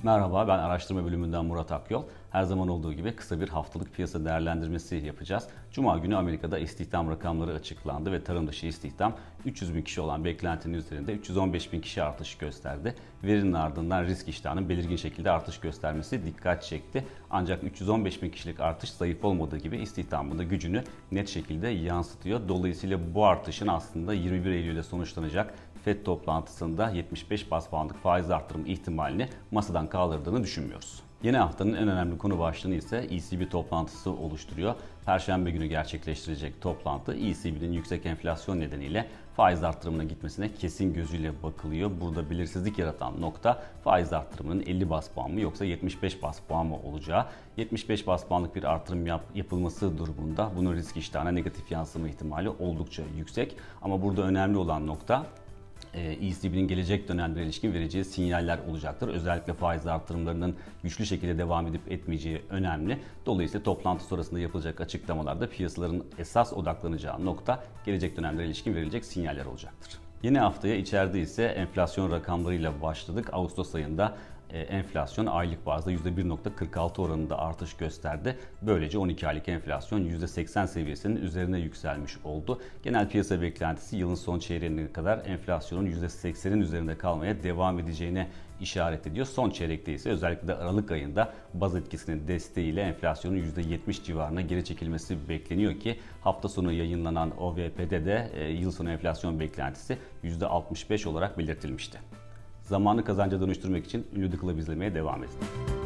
Merhaba, ben araştırma bölümünden Murat Akyol. Her zaman olduğu gibi kısa bir haftalık piyasa değerlendirmesi yapacağız. Cuma günü Amerika'da istihdam rakamları açıklandı ve tarım dışı istihdam 300 bin kişi olan beklentinin üzerinde 315 bin kişi artış gösterdi. Verinin ardından risk iştahının belirgin şekilde artış göstermesi dikkat çekti. Ancak 315 bin kişilik artış zayıf olmadığı gibi istihdamın da gücünü net şekilde yansıtıyor. Dolayısıyla bu artışın aslında 21 Eylül'de sonuçlanacak FED toplantısında 75 bas puanlık faiz artırım ihtimalini masadan kaldırdığını düşünmüyoruz. Yeni haftanın en önemli konu başlığını ise ECB toplantısı oluşturuyor. Perşembe günü gerçekleştirecek toplantı ECB'nin yüksek enflasyon nedeniyle faiz artırımına gitmesine kesin gözüyle bakılıyor. Burada belirsizlik yaratan nokta faiz artırımının 50 bas puan mı yoksa 75 bas puan mı olacağı. 75 bas puanlık bir artırım yapılması durumunda bunun risk iştahına negatif yansıma ihtimali oldukça yüksek. Ama burada önemli olan nokta ECB'nin gelecek dönemlere ilişkin vereceği sinyaller olacaktır. Özellikle faiz artırımlarının güçlü şekilde devam edip etmeyeceği önemli. Dolayısıyla toplantı sonrasında yapılacak açıklamalarda piyasaların esas odaklanacağı nokta gelecek dönemlere ilişkin verilecek sinyaller olacaktır. Yeni haftaya içeride ise enflasyon rakamlarıyla başladık. Ağustos ayında enflasyon aylık bazda %1.46 oranında artış gösterdi. Böylece 12 aylık enflasyon %80 seviyesinin üzerine yükselmiş oldu. Genel piyasa beklentisi yılın son çeyreğine kadar enflasyonun %80'in üzerinde kalmaya devam edeceğine işaret ediyor. Son çeyrekte ise özellikle de Aralık ayında baz etkisinin desteğiyle enflasyonun %70 civarına geri çekilmesi bekleniyor ki hafta sonu yayınlanan OVP'de de yıl sonu enflasyon beklentisi %65 olarak belirtilmişti. Zamanı kazanca dönüştürmek için ünlü The Club izlemeye devam edin.